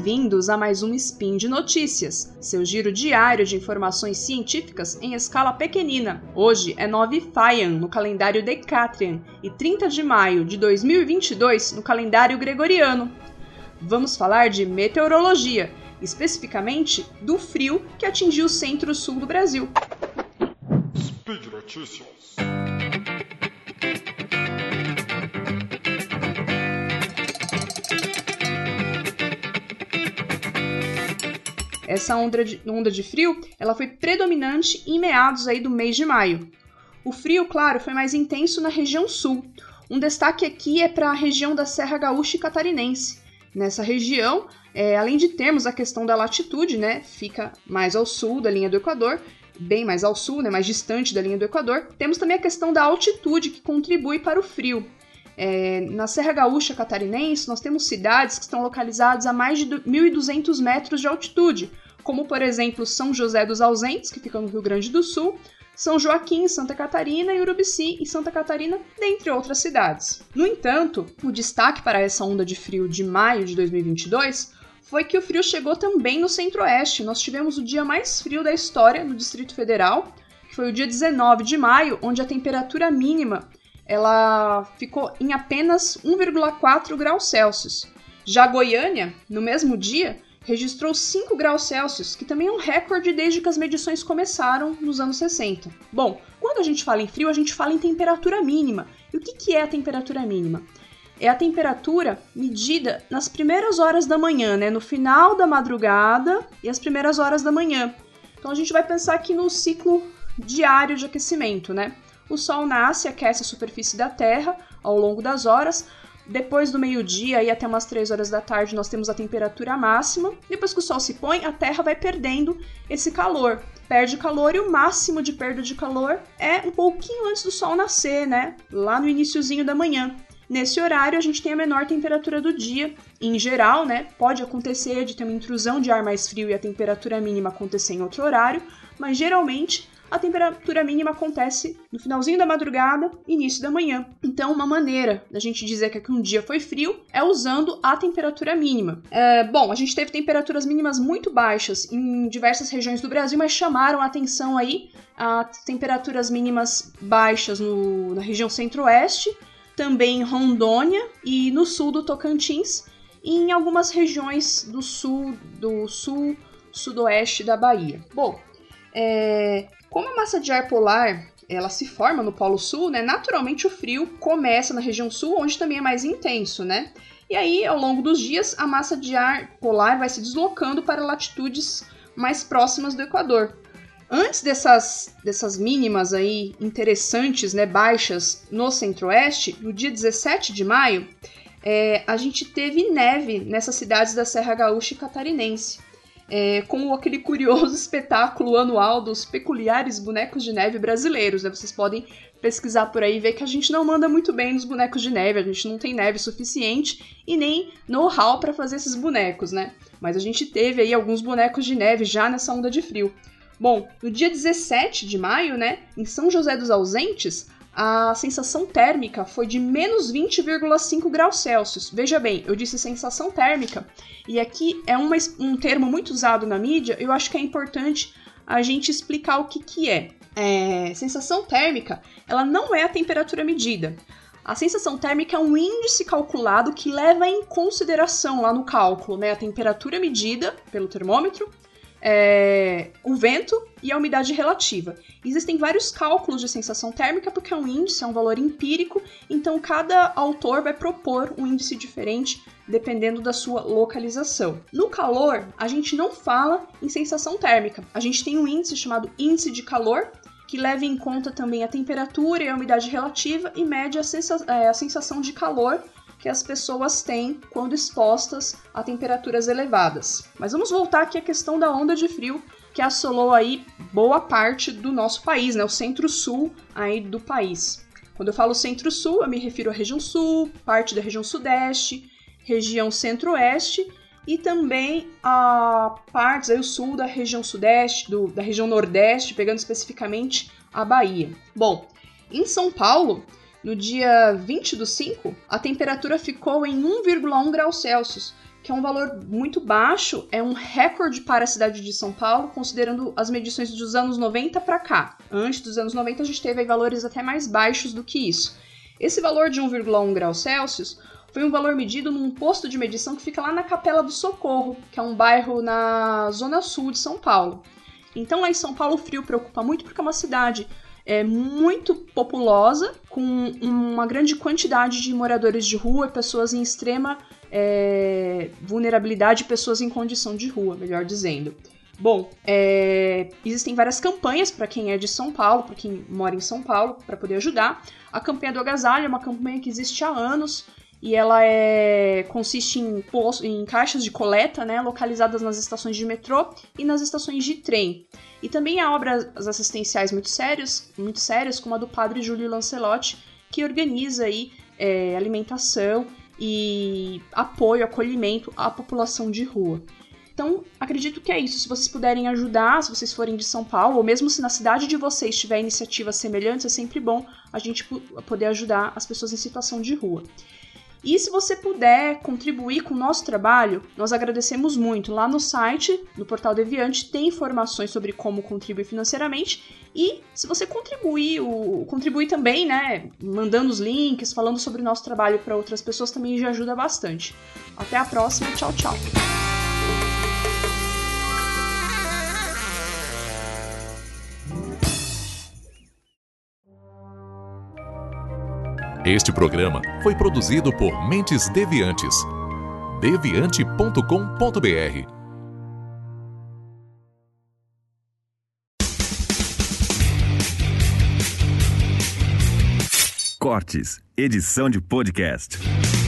bem-vindos a mais um Spin de Notícias, seu giro diário de informações científicas em escala pequenina. Hoje é 9 Faian no calendário Decatrian e 30 de maio de 2022 no calendário Gregoriano. Vamos falar de meteorologia, especificamente do frio que atingiu o centro-sul do Brasil. Speed Notícias. Essa onda de frio, ela foi predominante em meados aí do mês de maio. O frio, claro, foi mais intenso na região sul. Um destaque aqui é para a região da Serra Gaúcha e Catarinense. Nessa região, além de termos a questão da latitude, né, fica mais ao sul da linha do Equador, bem mais ao sul, né, mais distante da linha do Equador, temos também a questão da altitude que contribui para o frio. Na Serra Gaúcha Catarinense, nós temos cidades que estão localizadas a mais de 1.200 metros de altitude, como, por exemplo, São José dos Ausentes, que fica no Rio Grande do Sul, São Joaquim, em Santa Catarina, e Urubici, em Santa Catarina, dentre outras cidades. No entanto, o destaque para essa onda de frio de maio de 2022 foi que o frio chegou também no centro-oeste. Nós tivemos o dia mais frio da história no Distrito Federal, que foi o dia 19 de maio, onde a temperatura mínima ela ficou em apenas 1,4 graus Celsius. Já Goiânia, no mesmo dia, registrou 5 graus Celsius, que também é um recorde desde que as medições começaram nos anos 60. Bom, quando a gente fala em frio, a gente fala em temperatura mínima. E o que é a temperatura mínima? É a temperatura medida nas primeiras horas da manhã, né? No final da madrugada e as primeiras horas da manhã. Então a gente vai pensar aqui no ciclo diário de aquecimento, né? O Sol nasce e aquece a superfície da Terra ao longo das horas. Depois do meio-dia e até umas 3 horas da tarde nós temos a temperatura máxima. Depois que o Sol se põe, a Terra vai perdendo esse calor. Perde calor e o máximo de perda de calor é um pouquinho antes do Sol nascer, né? Lá no iniciozinho da manhã. Nesse horário, a gente tem a menor temperatura do dia. Em geral, né, pode acontecer de ter uma intrusão de ar mais frio e a temperatura mínima acontecer em outro horário, mas geralmente a temperatura mínima acontece no finalzinho da madrugada, início da manhã. Então, uma maneira da gente dizer que um dia foi frio é usando a temperatura mínima. Bom, a gente teve temperaturas mínimas muito baixas em diversas regiões do Brasil, mas chamaram a atenção aí as temperaturas mínimas baixas na região centro-oeste, também em Rondônia e no sul do Tocantins e em algumas regiões do sul, sudoeste da Bahia. Bom, como a massa de ar polar ela se forma no Polo Sul, né, naturalmente o frio começa na região sul, onde também é mais intenso, né? E aí, ao longo dos dias, a massa de ar polar vai se deslocando para latitudes mais próximas do Equador. Antes dessas mínimas aí interessantes, né, baixas no centro-oeste, no dia 17 de maio, a gente teve neve nessas cidades da Serra Gaúcha e Catarinense, com aquele curioso espetáculo anual dos peculiares bonecos de neve brasileiros, né? Vocês podem pesquisar por aí e ver que a gente não manda muito bem nos bonecos de neve, a gente não tem neve suficiente e nem know-how para fazer esses bonecos, né? Mas a gente teve aí alguns bonecos de neve já nessa onda de frio. Bom, no dia 17 de maio, né, em São José dos Ausentes, a sensação térmica foi de menos 20,5 graus Celsius. Veja bem, eu disse sensação térmica, e aqui é um termo muito usado na mídia, eu acho que é importante a gente explicar o que é. Sensação térmica, ela não é a temperatura medida. A sensação térmica é um índice calculado que leva em consideração lá no cálculo, né, a temperatura medida pelo termômetro, o vento e a umidade relativa. Existem vários cálculos de sensação térmica porque é um índice, é um valor empírico, então cada autor vai propor um índice diferente dependendo da sua localização. No calor, a gente não fala em sensação térmica, a gente tem um índice chamado índice de calor, que leva em conta também a temperatura e a umidade relativa e mede a sensação de calor que as pessoas têm quando expostas a temperaturas elevadas. Mas vamos voltar aqui à questão da onda de frio que assolou aí boa parte do nosso país, né? O centro-sul aí do país. Quando eu falo centro-sul, eu me refiro à região sul, parte da região sudeste, região centro-oeste e também a partes aí o sul da região sudeste, da região nordeste, pegando especificamente a Bahia. Bom, em São Paulo, no dia 20/5, a temperatura ficou em 1,1 graus Celsius, que é um valor muito baixo, é um recorde para a cidade de São Paulo, considerando as medições dos anos 90 para cá. Antes dos anos 90 a gente teve aí valores até mais baixos do que isso. Esse valor de 1,1 graus Celsius foi um valor medido num posto de medição que fica lá na Capela do Socorro, que é um bairro na zona sul de São Paulo. Então lá em São Paulo o frio preocupa muito porque é uma cidade muito populosa, com uma grande quantidade de moradores de rua, pessoas em extrema vulnerabilidade, pessoas em condição de rua, melhor dizendo. Bom, existem várias campanhas para quem é de São Paulo, para quem mora em São Paulo, para poder ajudar. A campanha do agasalho é uma campanha que existe há anos e ela consiste em caixas de coleta, né, localizadas nas estações de metrô e nas estações de trem. E também há obras assistenciais muito sérias, como a do padre Júlio Lancelotti, que organiza aí, alimentação e acolhimento à população de rua. Então, acredito que é isso. Se vocês puderem ajudar, se vocês forem de São Paulo, ou mesmo se na cidade de vocês tiver iniciativas semelhantes, é sempre bom a gente poder ajudar as pessoas em situação de rua. E se você puder contribuir com o nosso trabalho, nós agradecemos muito. Lá no site, no Portal Deviante, tem informações sobre como contribuir financeiramente. E se você contribuir também, né, mandando os links, falando sobre o nosso trabalho para outras pessoas, também já ajuda bastante. Até a próxima, tchau, tchau! Este programa foi produzido por Mentes Deviantes. deviante.com.br. Cortes, edição de podcast.